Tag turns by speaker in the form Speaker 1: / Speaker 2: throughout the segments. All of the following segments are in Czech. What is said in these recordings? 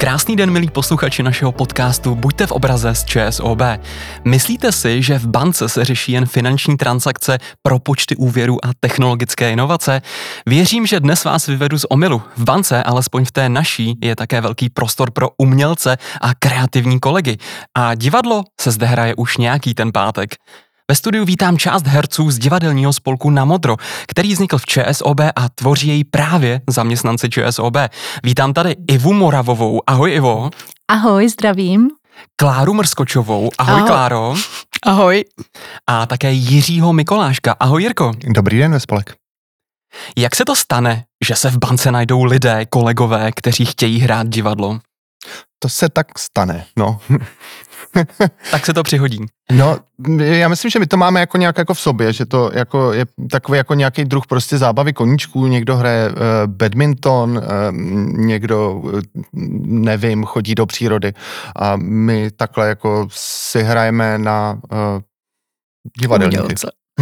Speaker 1: Krásný den, milí posluchači našeho podcastu Buďte v obraze z ČSOB. Myslíte si, že v bance se řeší jen finanční transakce, propočty úvěru a technologické inovace? Věřím, že dnes vás vyvedu z omylu. V bance, alespoň v té naší, je také velký prostor pro umělce a kreativní kolegy. A divadlo se zde hraje už nějaký ten pátek. Ve studiu vítám část herců z divadelního spolku Na modro, který vznikl v ČSOB a tvoří jej právě zaměstnanci ČSOB. Vítám tady Ivu Moravovou. Ahoj, Ivo.
Speaker 2: Ahoj, zdravím.
Speaker 1: Kláru Mrskočovou. Ahoj, Kláro.
Speaker 2: Ahoj.
Speaker 1: A také Jiřího Mikoláška. Ahoj, Jirko.
Speaker 3: Dobrý den ve spolek.
Speaker 1: Jak se to stane, že se v bance najdou lidé, kolegové, kteří chtějí hrát divadlo?
Speaker 3: To se tak stane, no.
Speaker 1: Tak se to přihodí.
Speaker 3: No, já myslím, že my to máme jako nějak jako v sobě, že to jako je takový jako nějaký druh prostě zábavy koníčků, někdo hraje badminton, někdo, nevím, chodí do přírody a my takhle jako si hrajeme na divadelníky.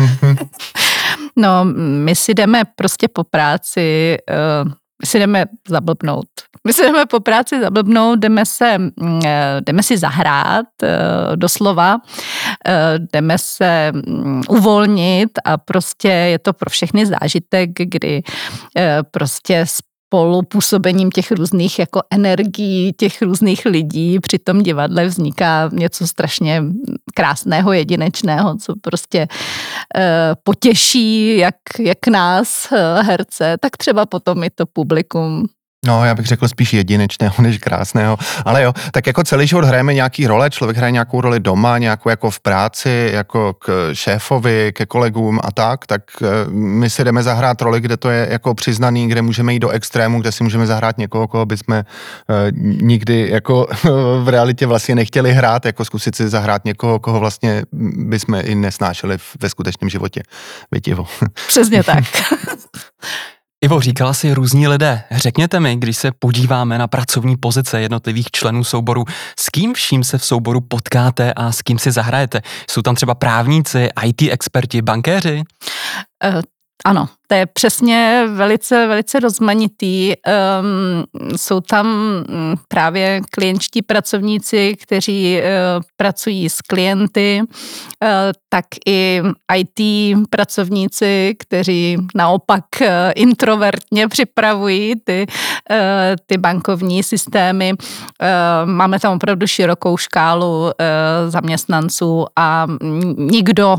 Speaker 2: No, my si jdeme prostě po práci, my si jdeme po práci zablbnout, jdeme si zahrát, doslova, jdeme se uvolnit a prostě je to pro všechny zážitek, kdy prostě spolupůsobením těch různých jako energií, těch různých lidí při tom divadle vzniká něco strašně krásného, jedinečného, co prostě potěší jak nás, herce, tak třeba potom i to publikum.
Speaker 3: No, já bych řekl spíš jedinečného než krásného, ale jo, tak jako celý život hrajeme nějaký role, člověk hraje nějakou roli doma, nějakou jako v práci, jako k šéfovi, ke kolegům a tak my si jdeme zahrát roli, kde to je jako přiznaný, kde můžeme jít do extrému, kde si můžeme zahrát někoho, koho bychom nikdy jako v realitě vlastně nechtěli hrát, jako zkusit si zahrát někoho, koho vlastně bychom i nesnášeli ve skutečném životě. Větivo.
Speaker 2: Přesně tak.
Speaker 1: Ivo, říkala si různí lidé. Řekněte mi, když se podíváme na pracovní pozice jednotlivých členů souboru, s kým vším se v souboru potkáte a s kým si zahrajete? Jsou tam třeba právníci, IT experti, bankéři?
Speaker 2: Ano, to je přesně velice, velice rozmanitý. Jsou tam právě klientští pracovníci, kteří pracují s klienty, tak i IT pracovníci, kteří naopak introvertně připravují ty bankovní systémy. Máme tam opravdu širokou škálu zaměstnanců a nikdo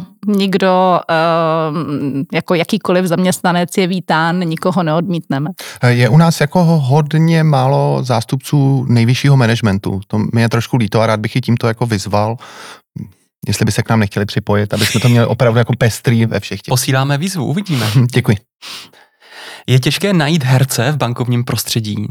Speaker 2: jako jakýkoliv zaměstnanec je vítán, nikoho neodmítneme.
Speaker 3: Je u nás jako hodně málo zástupců nejvyššího managementu. To mi je trošku líto a rád bych i tímto jako vyzval, jestli by se k nám nechtěli připojit, aby jsme to měli opravdu jako pestrý ve všech těch.
Speaker 1: Posíláme výzvu, uvidíme.
Speaker 3: Děkuji.
Speaker 1: Je těžké najít herce v bankovním prostředí?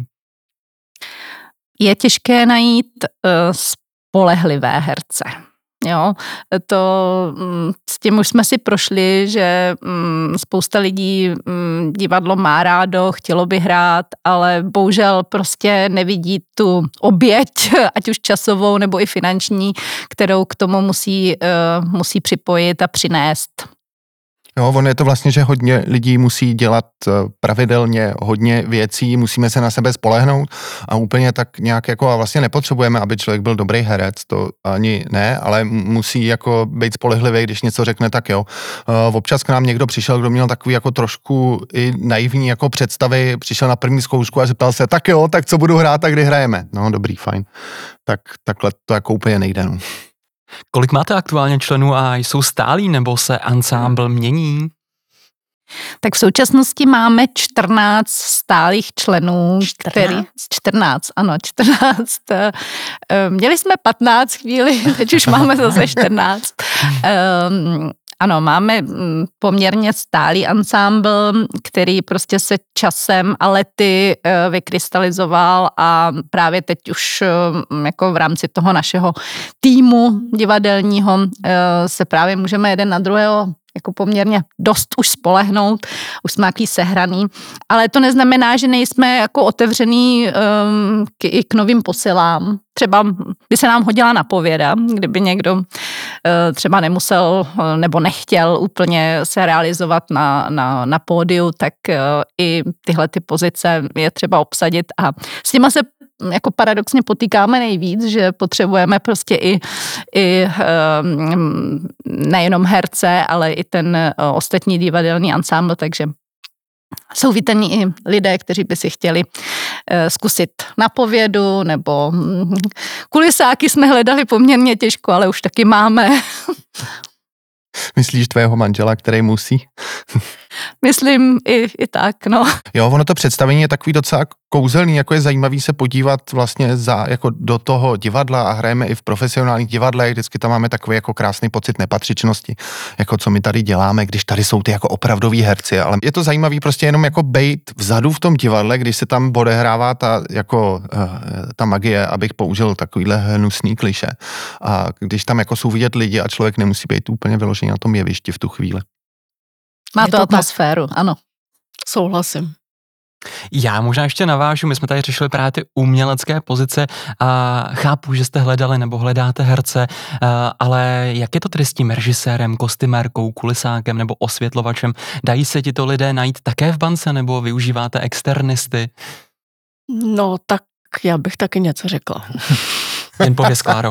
Speaker 2: Je těžké najít spolehlivé herce. Jo, s tím už jsme si prošli, že spousta lidí divadlo má rádo, chtělo by hrát, ale bohužel prostě nevidí tu oběť, ať už časovou nebo i finanční, kterou k tomu musí připojit a přinést.
Speaker 3: Jo, ono je to vlastně, že hodně lidí musí dělat pravidelně hodně věcí, musíme se na sebe spolehnout a úplně tak nějak jako a vlastně nepotřebujeme, aby člověk byl dobrý herec, to ani ne, ale musí jako být spolehlivý, když něco řekne, tak jo. Občas k nám někdo přišel, kdo měl takový jako trošku i naivní jako představy, přišel na první zkoušku a zeptal se, tak jo, tak co budu hrát a kdy hrajeme? No dobrý, fajn. Tak takhle to jako úplně nejde, no.
Speaker 1: Kolik máte aktuálně členů a jsou stálí nebo se ansámbl mění?
Speaker 2: Tak v současnosti máme 14 stálých členů. 14. Měli jsme 15 chvíli, teď už máme zase 14. Ano, máme poměrně stálý ansámbl, který prostě se časem a lety vykrystalizoval a právě teď už jako v rámci toho našeho týmu divadelního se právě můžeme jeden na druhého jako poměrně dost už spolehnout, už jsme jaký sehraný, ale to neznamená, že nejsme jako otevřený i k novým posilám. Třeba by se nám hodila napověda, kdyby někdo třeba nemusel nebo nechtěl úplně se realizovat na pódiu, tak i tyhle ty pozice je třeba obsadit a s těma se jako paradoxně potýkáme nejvíc, že potřebujeme prostě i nejenom herce, ale i ten ostatní divadelní ansámbl, takže jsou vítaní i lidé, kteří by si chtěli zkusit napovědu, nebo kulisáky jsme hledali poměrně těžko, ale už taky máme.
Speaker 3: Myslíš tvého manžela, který musí?
Speaker 2: Myslím i tak, no.
Speaker 3: Jo, ono to představení je takový docela kouzelný, jako je zajímavý se podívat vlastně jako do toho divadla a hrajeme i v profesionálních divadlech, vždycky tam máme takový jako krásný pocit nepatřičnosti, jako co my tady děláme, když tady jsou ty jako opravdoví herci, ale je to zajímavý prostě jenom jako bejt vzadu v tom divadle, když se tam odehrává ta magie, abych použil takovýhle hnusný klišé. A když tam jako jsou vidět lidi a člověk nemusí být úplně vyložený na tom jevišti v tu chvíli.
Speaker 2: Má to atmosféru, ano.
Speaker 4: Souhlasím.
Speaker 1: Já možná ještě navážu, my jsme tady řešili právě ty umělecké pozice a chápu, že jste hledali nebo hledáte herce, ale jak je to tedy s tím režisérem, kostymérkou, kulisákem nebo osvětlovačem? Dají se tito lidé najít také v bance nebo využíváte externisty?
Speaker 4: No tak já bych taky něco řekla.
Speaker 1: Jen pověz, Kláro.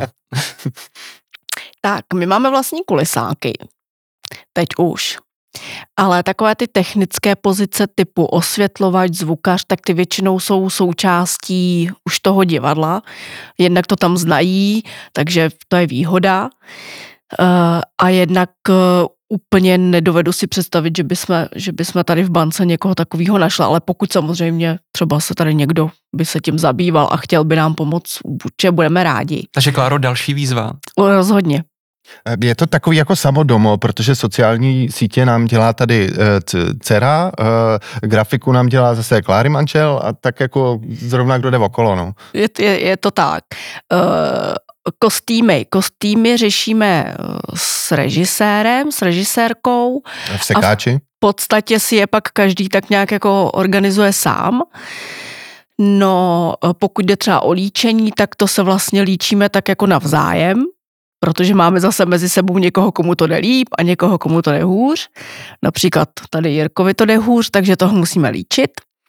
Speaker 4: Tak, my máme vlastní kulisáky. Teď už. Ale takové ty technické pozice typu osvětlovač, zvukař, tak ty většinou jsou součástí už toho divadla. Jednak to tam znají, takže to je výhoda. A jednak úplně nedovedu si představit, že bychom tady v bance někoho takového našla, ale pokud samozřejmě třeba se tady někdo by se tím zabýval a chtěl by nám pomoct, určitě budeme rádi.
Speaker 1: Takže Kláro, další výzva.
Speaker 4: Rozhodně.
Speaker 3: Je to takový jako samodomo, protože sociální sítě nám dělá tady dcera, grafiku nám dělá zase Kláry manžel a tak jako zrovna kdo jde okolo, no.
Speaker 4: Je to tak. Kostýmy řešíme s režisérem, s režisérkou.
Speaker 3: V sekáči.
Speaker 4: V podstatě si je pak každý tak nějak jako organizuje sám. No, pokud jde třeba o líčení, tak to se vlastně líčíme tak jako navzájem, protože máme zase mezi sebou někoho, komu to jde líp a někoho, komu to jde hůř. Například tady Jirkovi to jde hůř, takže toho musíme líčit.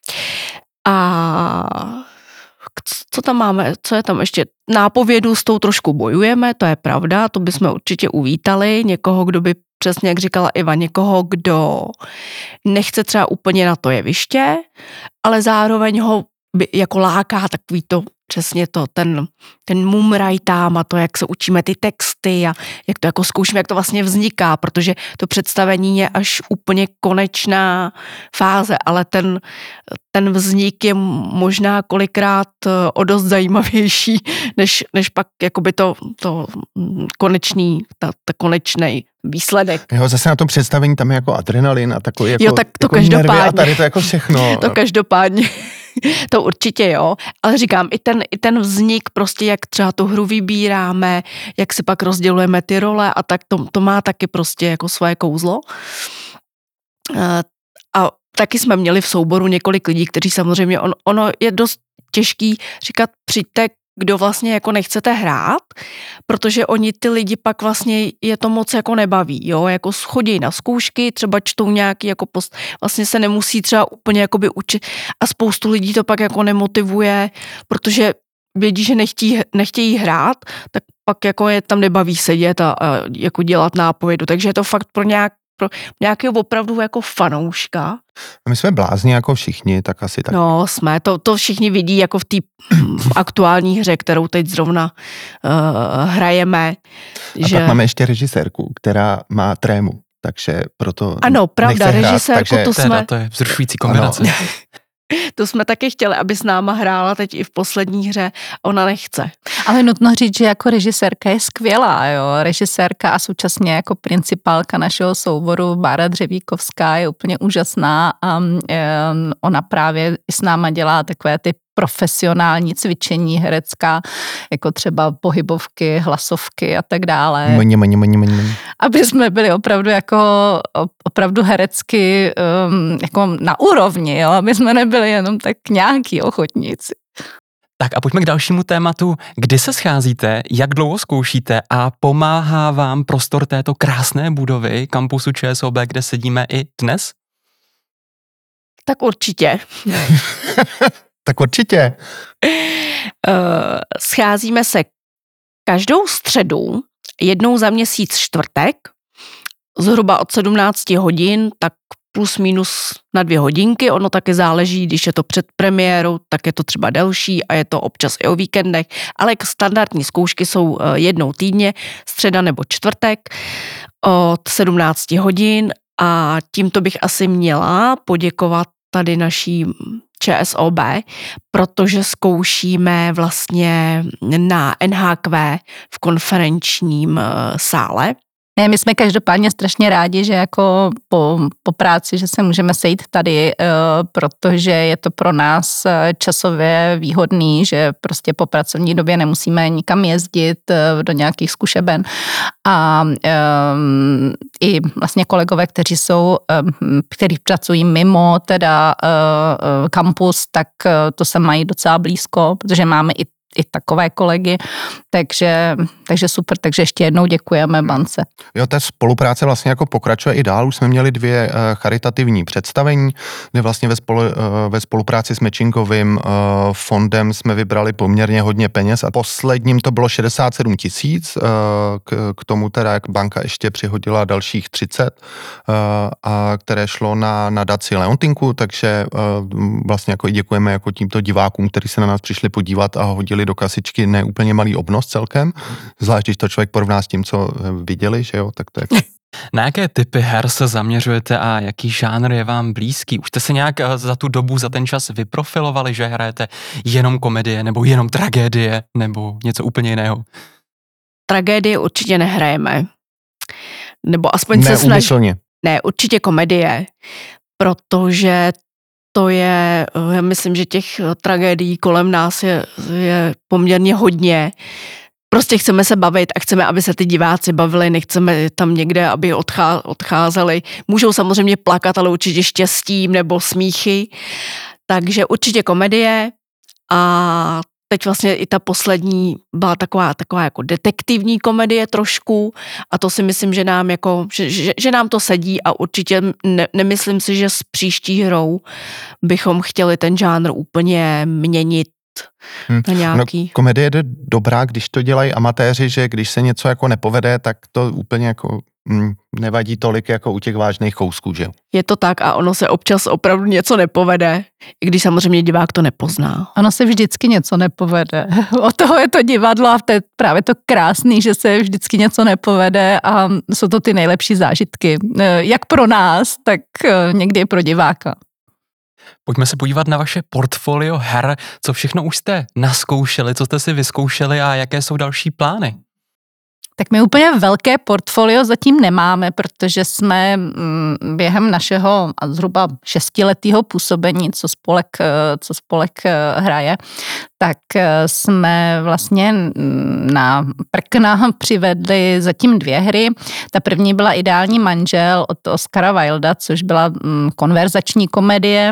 Speaker 4: A co tam máme, co je tam ještě? Nápovědu s tou trošku bojujeme, to je pravda, to bychom určitě uvítali. Někoho, kdo by, přesně jak říkala Iva, někoho, kdo nechce třeba úplně na to jeviště, ale zároveň ho by jako láká takový to, přesně to, ten mumraj tam a to, jak se učíme ty texty a jak to jako zkoušíme, jak to vlastně vzniká, protože to představení je až úplně konečná fáze, ale ten vznik je možná kolikrát o dost zajímavější, než pak jakoby to konečný, ta konečný výsledek.
Speaker 3: Jo, zase na tom představení tam je jako adrenalin a takový jako,
Speaker 4: jo, tak to
Speaker 3: jako
Speaker 4: každopádně.
Speaker 3: Nervy a tady to jako všechno.
Speaker 4: To každopádně. To určitě jo, ale říkám, i ten vznik prostě, jak třeba tu hru vybíráme, jak si pak rozdělujeme ty role a tak to má taky prostě jako svoje kouzlo. A taky jsme měli v souboru několik lidí, kteří samozřejmě, ono je dost těžký říkat přijďte, kdo vlastně jako nechcete hrát, protože oni ty lidi pak vlastně je to moc jako nebaví, jo, jako chodí na zkoušky, třeba čtou nějaký jako vlastně se nemusí třeba úplně jakoby učit a spoustu lidí to pak jako nemotivuje, protože vědí, že nechtějí hrát, tak pak jako je tam nebaví sedět a jako dělat nápovědu, takže je to fakt pro nějakého opravdu jako fanouška.
Speaker 3: A my jsme blázni jako všichni, tak asi tak.
Speaker 4: No, jsme, to všichni vidí jako v té aktuální hře, kterou teď zrovna hrajeme.
Speaker 3: A pak máme ještě režisérku, která má trému, takže proto
Speaker 4: ano, pravda, režisérku,
Speaker 3: takže...
Speaker 1: to je vzrušující kombinace.
Speaker 4: To jsme taky chtěli, aby s náma hrála teď i v poslední hře, ona nechce.
Speaker 2: Ale nutno říct, že jako režisérka je skvělá, jo. Režisérka a současně jako principálka našeho souboru Bára Dřevíkovská je úplně úžasná a ona právě s náma dělá takové ty profesionální cvičení herecká, jako třeba pohybovky, hlasovky a tak dále. Aby jsme byli opravdu opravdu herecky jako na úrovni, jo? Aby jsme nebyli jenom tak nějaký ochotníci.
Speaker 1: Tak a pojďme k dalšímu tématu. Kdy se scházíte, jak dlouho zkoušíte a pomáhá vám prostor této krásné budovy kampusu ČSOB, kde sedíme i dnes?
Speaker 4: Tak určitě.
Speaker 3: Tak určitě.
Speaker 4: Scházíme se každou středu, jednou za měsíc čtvrtek, zhruba od 17 hodin, tak plus minus na 2 hodinky, ono taky záleží, když je to před premiérou, tak je to třeba delší a je to občas i o víkendech, ale standardní zkoušky jsou jednou týdně, středa nebo čtvrtek od 17 hodin a tímto bych asi měla poděkovat tady naší ČSOB, protože zkoušíme vlastně na NHQ v konferenčním sále.
Speaker 2: Ne, my jsme každopádně strašně rádi, že jako po práci, že se můžeme sejít tady, protože je to pro nás časově výhodný, že prostě po pracovní době nemusíme nikam jezdit do nějakých zkušeben a i vlastně kolegové, kteří pracují mimo teda kampus, tak to se mají docela blízko, protože máme i takové kolegy, takže super, takže ještě jednou děkujeme bance.
Speaker 3: Jo, ta spolupráce vlastně jako pokračuje i dál, už jsme měli 2 charitativní představení, kde vlastně ve spolupráci s Matchingovým fondem jsme vybrali poměrně hodně peněz a posledním to bylo 67 000, k tomu teda jak banka ještě přihodila dalších 30, a které šlo na nadaci Leontinku, takže vlastně jako i děkujeme jako tímto divákům, kteří se na nás přišli podívat a hodili do kasičky neúplně malý obnos celkem, zvlášť když to člověk porovná s tím, co viděli, že jo, tak to je...
Speaker 1: Na jaké typy her se zaměřujete a jaký žánr je vám blízký? Už jste se nějak za tu dobu, za ten čas vyprofilovali, že hrajete jenom komedie, nebo jenom tragédie, nebo něco úplně jiného?
Speaker 4: Tragédie určitě nehrajeme. Nebo aspoň se snažíme. Ne, určitě komedie, protože to je, já myslím, že těch tragédií kolem nás je poměrně hodně. Prostě chceme se bavit a chceme, aby se ty diváci bavili, nechceme tam někde, aby odcházeli. Můžou samozřejmě plakat, ale určitě štěstím nebo smíchy. Takže určitě komedie a teď vlastně i ta poslední byla taková jako detektivní komedie trošku a to si myslím, že nám jako, že nám to sedí a určitě nemyslím si, že s příští hrou bychom chtěli ten žánr úplně měnit na nějaký.
Speaker 3: No, komedie je dobrá, když to dělají amatéři, že když se něco jako nepovede, tak to úplně jako nevadí tolik jako u těch vážných kousků, že?
Speaker 4: Je to tak a ono se občas opravdu něco nepovede, i když samozřejmě divák to nepozná.
Speaker 2: Ono se vždycky něco nepovede. Od toho je to divadlo a to je právě to krásný, že se vždycky něco nepovede a jsou to ty nejlepší zážitky. Jak pro nás, tak někdy i pro diváka.
Speaker 1: Pojďme se podívat na vaše portfolio her, co všechno už jste naskoušeli, co jste si vyzkoušeli a jaké jsou další plány.
Speaker 2: Tak my úplně velké portfolio zatím nemáme, protože jsme během našeho zhruba 6letého působení, co spolek hraje, tak jsme vlastně na prkna přivedli zatím 2 hry. Ta první byla Ideální manžel od Oscara Wilda, což byla konverzační komedie,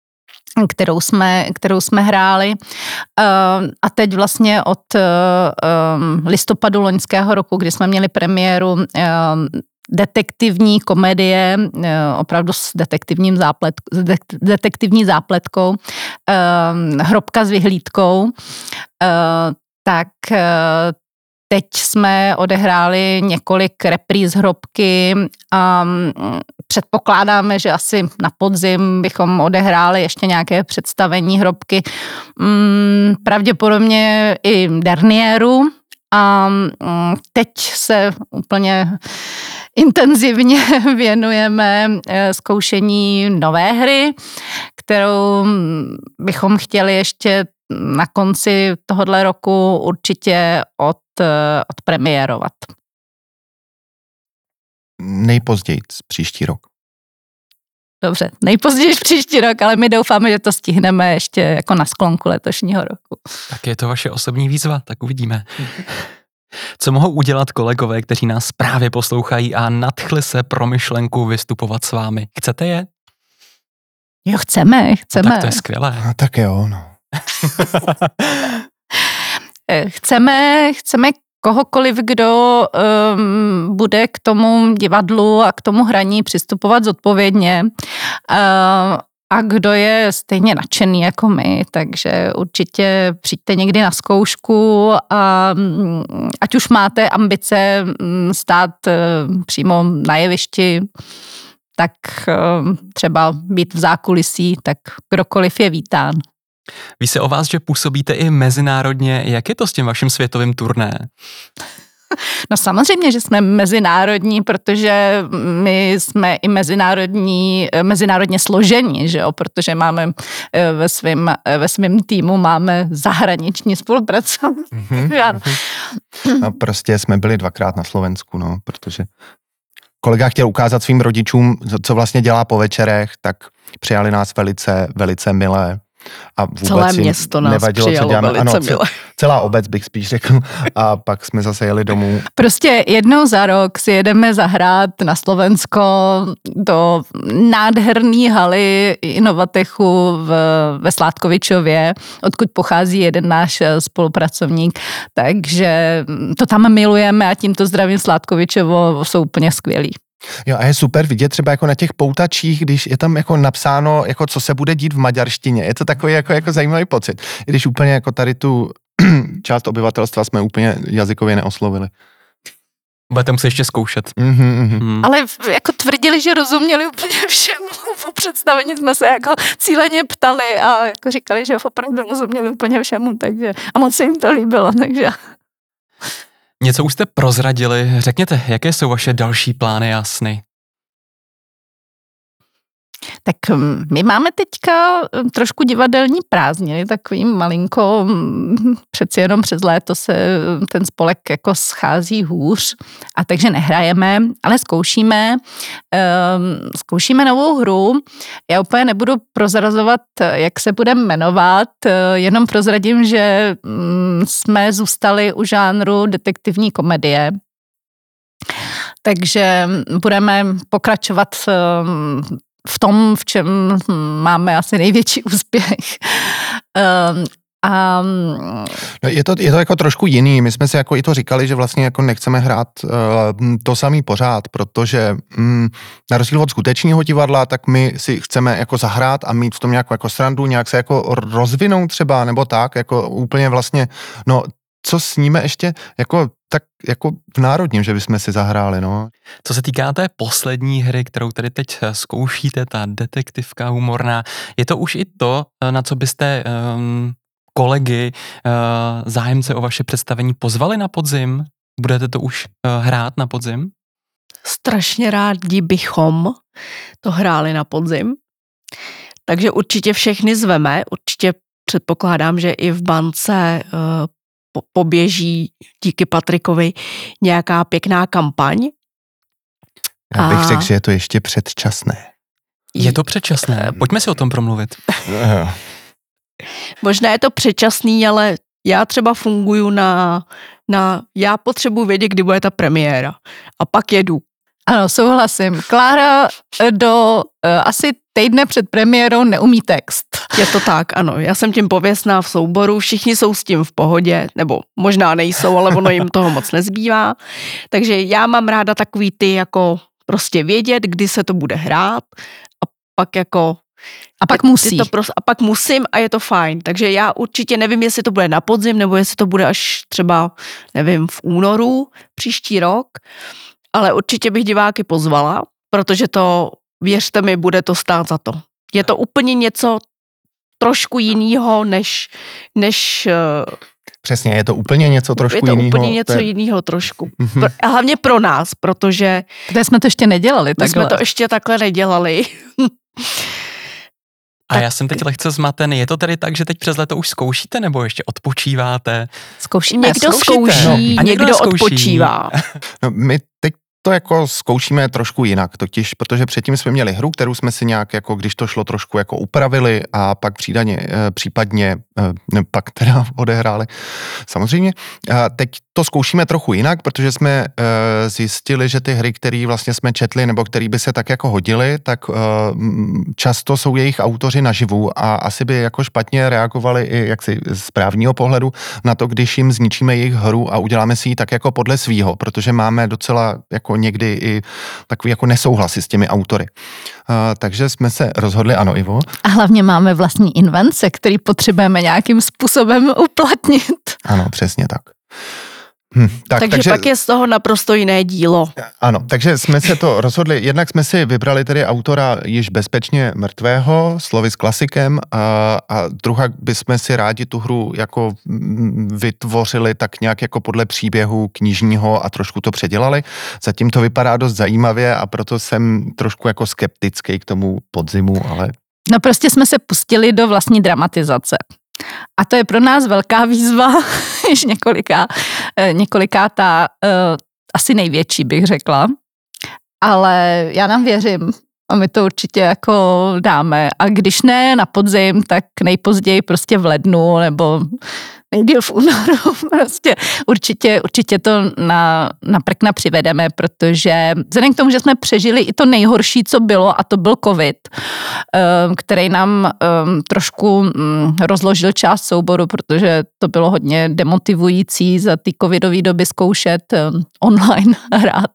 Speaker 2: kterou jsme hráli. A teď vlastně od listopadu loňského roku, kdy jsme měli premiéru detektivní komedie, opravdu s detektivní zápletkou, Hrobka s vyhlídkou, tak teď jsme odehráli několik repríz Hrobky a předpokládáme, že asi na podzim bychom odehráli ještě nějaké představení Hrobky, pravděpodobně i Dernieru a teď se úplně intenzivně věnujeme zkoušení nové hry, kterou bychom chtěli ještě na konci tohohle roku určitě odpremiérovat.
Speaker 3: Nejpozději příští rok.
Speaker 2: Dobře, nejpozději příští rok, ale my doufáme, že to stihneme ještě jako na sklonku letošního roku.
Speaker 1: Tak je to vaše osobní výzva, tak uvidíme. Co mohou udělat kolegové, kteří nás právě poslouchají a nadchli se pro myšlenku vystupovat s vámi? Chcete je?
Speaker 2: Jo, chceme.
Speaker 1: No, tak to je skvělé.
Speaker 3: No, tak jo, no.
Speaker 2: Chceme kohokoliv, kdo bude k tomu divadlu a k tomu hraní přistupovat zodpovědně. a kdo je stejně nadšený jako my, takže určitě přijďte někdy na zkoušku a ať už máte ambice stát přímo na jevišti, tak třeba být v zákulisí, tak kdokoliv je vítán.
Speaker 1: Ví se o vás, že působíte i mezinárodně. Jak je to s tím vaším světovým turné?
Speaker 2: No samozřejmě, že jsme mezinárodní, protože my jsme i mezinárodně složení, že jo? Protože ve svém týmu máme zahraniční spolupracovníky.
Speaker 3: A prostě jsme byli 2krát na Slovensku, no, protože kolega chtěl ukázat svým rodičům, co vlastně dělá po večerech, tak přijali nás velice, velice milé. A vůbec
Speaker 4: celé město nás
Speaker 3: nevadilo,
Speaker 4: přijalo
Speaker 3: co děláme.
Speaker 4: velice
Speaker 3: ano,
Speaker 4: milé.
Speaker 3: Celá obec bych spíš řekl. A pak jsme zase jeli domů.
Speaker 2: Prostě jednou za rok si jedeme zahrát na Slovensko do nádherné haly Inovatechu ve Sládkovičově, odkud pochází jeden náš spolupracovník. Takže to tam milujeme a tímto zdravím Sládkovičovo, jsou úplně skvělí.
Speaker 3: Jo, a je super vidět třeba jako na těch poutačích, když je tam jako napsáno, jako co se bude dít v maďarštině. Je to takový jako zajímavý pocit. I když úplně jako tady tu část obyvatelstva jsme úplně jazykově neoslovili.
Speaker 1: Budete muset ještě zkoušet.
Speaker 2: Ale jako tvrdili, že rozuměli úplně všemu. Po představení jsme se jako cíleně ptali a jako říkali, že opravdu rozuměli úplně všemu, takže a moc se jim to líbilo, takže...
Speaker 1: Něco už jste prozradili. Řekněte, jaké jsou vaše další plány a sny?
Speaker 2: Tak my máme teďka trošku divadelní prázdniny, takový malinko, přeci jenom přes léto se ten spolek jako schází hůř a takže nehrajeme, ale zkoušíme novou hru. Já úplně nebudu prozrazovat, jak se budeme jmenovat, jenom prozradím, že jsme zůstali u žánru detektivní komedie. Takže budeme pokračovat v tom, v čem máme asi největší úspěch.
Speaker 3: No je to jako trošku jiný. My jsme si jako i to říkali, že vlastně jako nechceme hrát to samý pořád, protože na rozdíl od skutečného divadla, tak my si chceme jako zahrát a mít v tom nějakou jako srandu, nějak se jako rozvinout třeba, nebo tak, jako úplně vlastně, no co sníme ještě jako tak jako v národním, že bychom si zahráli, no.
Speaker 1: Co se týká té poslední hry, kterou tady teď zkoušíte, ta detektivka humorná, je to už i to, na co byste kolegy, zájemce o vaše představení pozvali na podzim? Budete to už hrát na podzim?
Speaker 4: Strašně rádi bychom to hráli na podzim, takže určitě všechny zveme, určitě předpokládám, že i v bance poběží díky Patrikovi nějaká pěkná kampaň.
Speaker 3: Já bych řekl, že je to ještě předčasné.
Speaker 1: Je to předčasné, pojďme si o tom promluvit.
Speaker 4: Možná je to předčasný, ale já třeba funguju já potřebuji vědět, kdy bude ta premiéra. A pak jedu.
Speaker 2: Ano, souhlasím. Klára do asi týdne před premiérou neumí text.
Speaker 4: Je to tak, ano. Já jsem tím pověstná v souboru, všichni jsou s tím v pohodě, nebo možná nejsou, ale ono jim toho moc nezbývá. Takže já mám ráda takový ty jako prostě vědět, kdy se to bude hrát a pak jako...
Speaker 2: A pak musí.
Speaker 4: A pak musím a je to fajn. Takže já určitě nevím, jestli to bude na podzim, nebo jestli to bude až třeba, nevím, v únoru příští rok, ale určitě bych diváky pozvala, protože to, věřte mi, bude to stát za to. Je to úplně něco trošku jinýho, než
Speaker 3: Přesně, je to úplně něco trošku jiného.
Speaker 4: Je to úplně něco jiného trošku. A hlavně pro nás, protože...
Speaker 2: Kde jsme to ještě nedělali takhle.
Speaker 4: Jsme to ještě takhle nedělali.
Speaker 1: A já jsem teď lehce zmaten. Je to tedy tak, že teď přes léto už zkoušíte, nebo ještě odpočíváte?
Speaker 2: Zkoušíme.
Speaker 4: Někdo zkouší,
Speaker 1: a
Speaker 4: někdo odpočívá.
Speaker 3: No, my teď to jako zkoušíme trošku jinak, totiž, protože předtím jsme měli hru, kterou jsme si nějak, jako když to šlo trošku jako upravili a pak případně pak teda odehráli. Samozřejmě, teď to zkoušíme trochu jinak, protože jsme zjistili, že ty hry, které vlastně jsme četli, nebo které by se tak jako hodily, tak často jsou jejich autoři naživu a asi by jako špatně reagovali i jaksi z právního pohledu na to, když jim zničíme jejich hru a uděláme si ji tak jako podle svýho, protože máme docela jako jako někdy i takový jako nesouhlasy s těmi autory. Takže jsme se rozhodli, ano, Ivo?
Speaker 2: A hlavně máme vlastní invence, který potřebujeme nějakým způsobem uplatnit.
Speaker 3: Ano, přesně tak.
Speaker 4: Takže pak je z toho naprosto jiné dílo.
Speaker 3: Ano, takže jsme se to rozhodli, jednak jsme si vybrali tedy autora již bezpečně mrtvého, slovy s klasikem, a druhá bychom si rádi tu hru jako vytvořili tak nějak jako podle příběhu knižního a trošku to předělali. Zatím to vypadá dost zajímavě a proto jsem trošku jako skeptický k tomu podzimu, ale...
Speaker 2: No prostě jsme se pustili do vlastní dramatizace. A to je pro nás velká výzva, již několikátá, asi největší bych řekla, ale já nám věřím a my to určitě jako dáme a když ne na podzim, tak nejpozději prostě v lednu nebo nejdýl v únoru, prostě určitě to na prkna přivedeme, protože vzhledem k tomu, že jsme přežili i to nejhorší, co bylo, a to byl covid, který nám trošku rozložil část souboru, protože to bylo hodně demotivující za ty covidové doby zkoušet online hrát.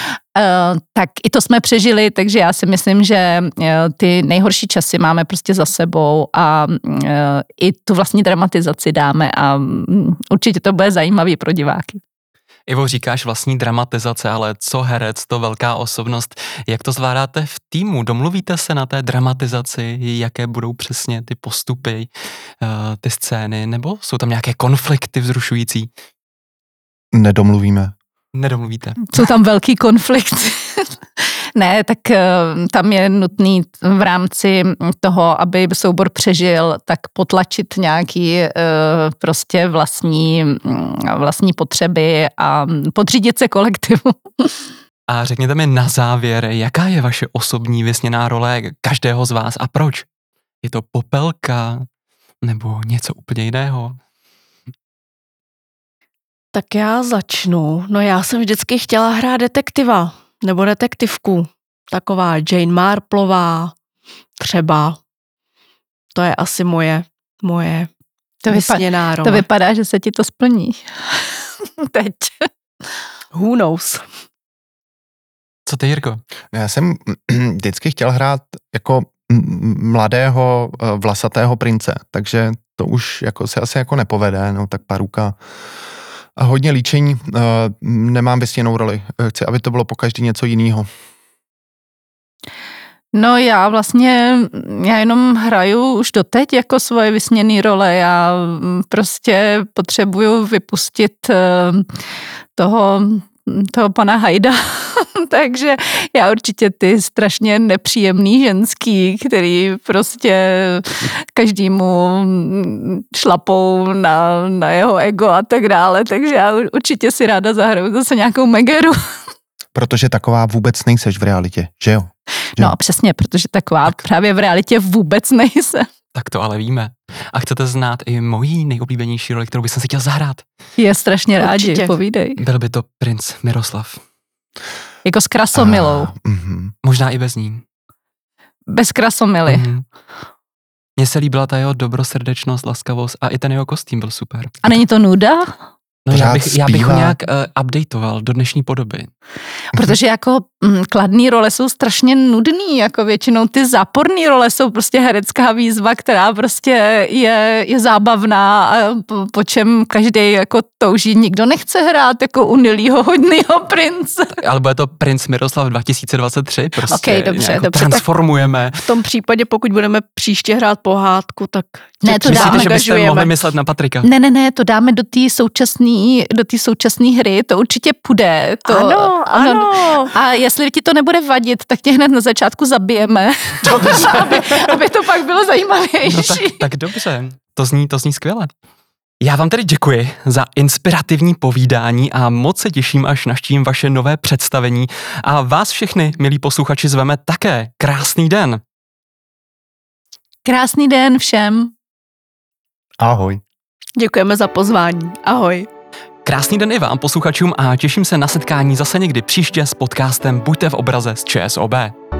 Speaker 2: Tak i to jsme přežili, takže já si myslím, že ty nejhorší časy máme prostě za sebou a i tu vlastní dramatizaci dáme a určitě to bude zajímavý pro diváky.
Speaker 1: Ivo, říkáš vlastní dramatizace, ale co herec, to velká osobnost. Jak to zvládáte v týmu? Domluvíte se na té dramatizaci, jaké budou přesně ty postupy, ty scény, nebo jsou tam nějaké konflikty vzrušující?
Speaker 3: Nedomluvíme.
Speaker 1: Nedomluvíte.
Speaker 2: Jsou tam velký konflikt. Ne, tak tam je nutný v rámci toho, aby soubor přežil, tak potlačit nějaký prostě vlastní potřeby a podřídit se kolektivu.
Speaker 1: A řekněte mi na závěr, jaká je vaše osobní vysněná role každého z vás a proč? Je to popelka nebo něco úplně jiného?
Speaker 4: Tak já začnu. No já jsem vždycky chtěla hrát detektiva nebo detektivku. Taková Jane Marplová třeba. To je asi moje vysněná role.
Speaker 2: To vypadá, že se ti to splní. Teď.
Speaker 4: Who knows?
Speaker 1: Co ty, Jirko?
Speaker 3: Já jsem vždycky chtěl hrát jako mladého vlasatého prince, takže to už jako se asi jako nepovede, no tak paruka a hodně líčení. Nemám vysněnou roli. Chci, aby to bylo pokaždý něco jiného.
Speaker 2: No já jenom hraju už doteď jako svoje vysněné role. Já prostě potřebuju vypustit toho pana Hajda. Takže já určitě ty strašně nepříjemný ženský, který prostě každému šlapou na jeho ego a tak dále. Takže já určitě si ráda zahraju zase nějakou Megeru.
Speaker 3: Protože taková vůbec nejseš v realitě, že jo?
Speaker 2: No přesně, protože taková právě v realitě vůbec nejsem.
Speaker 1: Tak to ale víme. A chcete znát i mojí nejoblíbenější roli, kterou bych si chtěl zahrát?
Speaker 2: Je strašně rádi, povídej.
Speaker 1: Byl by to princ Miroslav.
Speaker 2: Jako s Krasomilou.
Speaker 1: Možná i bez ní.
Speaker 2: Bez Krasomily.
Speaker 1: Mně se líbila ta jeho dobrosrdečnost, laskavost a i ten jeho kostým byl super.
Speaker 2: A není to nuda?
Speaker 1: No já bych ho nějak updateoval do dnešní podoby.
Speaker 2: Protože jako kladný role jsou strašně nudný, jako většinou ty záporný role jsou prostě herecká výzva, která prostě je zábavná a po čem každý jako touží. Nikdo nechce hrát jako unilýho hodnýho prince.
Speaker 1: Ale bude to princ Miroslav 2023, prostě
Speaker 2: okay, dobře,
Speaker 1: transformujeme.
Speaker 4: V tom případě, pokud budeme příště hrát pohádku, tak
Speaker 2: ne, to
Speaker 1: myslíte, že byste mohli myslet na Patrika?
Speaker 2: Ne, to dáme do té současné hry, to určitě půjde. Ano. A jestli ti to nebude vadit, tak tě hned na začátku zabijeme. Dobře. aby to pak bylo zajímavější.
Speaker 1: No tak dobře, to zní skvěle. Já vám tedy děkuji za inspirativní povídání a moc se těším, až navštívím vaše nové představení a vás všechny, milí posluchači, zveme také. Krásný den.
Speaker 2: Krásný den všem.
Speaker 3: Ahoj.
Speaker 4: Děkujeme za pozvání. Ahoj.
Speaker 1: Krásný den i vám, posluchačům, a těším se na setkání zase někdy příště s podcastem Buďte v obraze z ČSOB.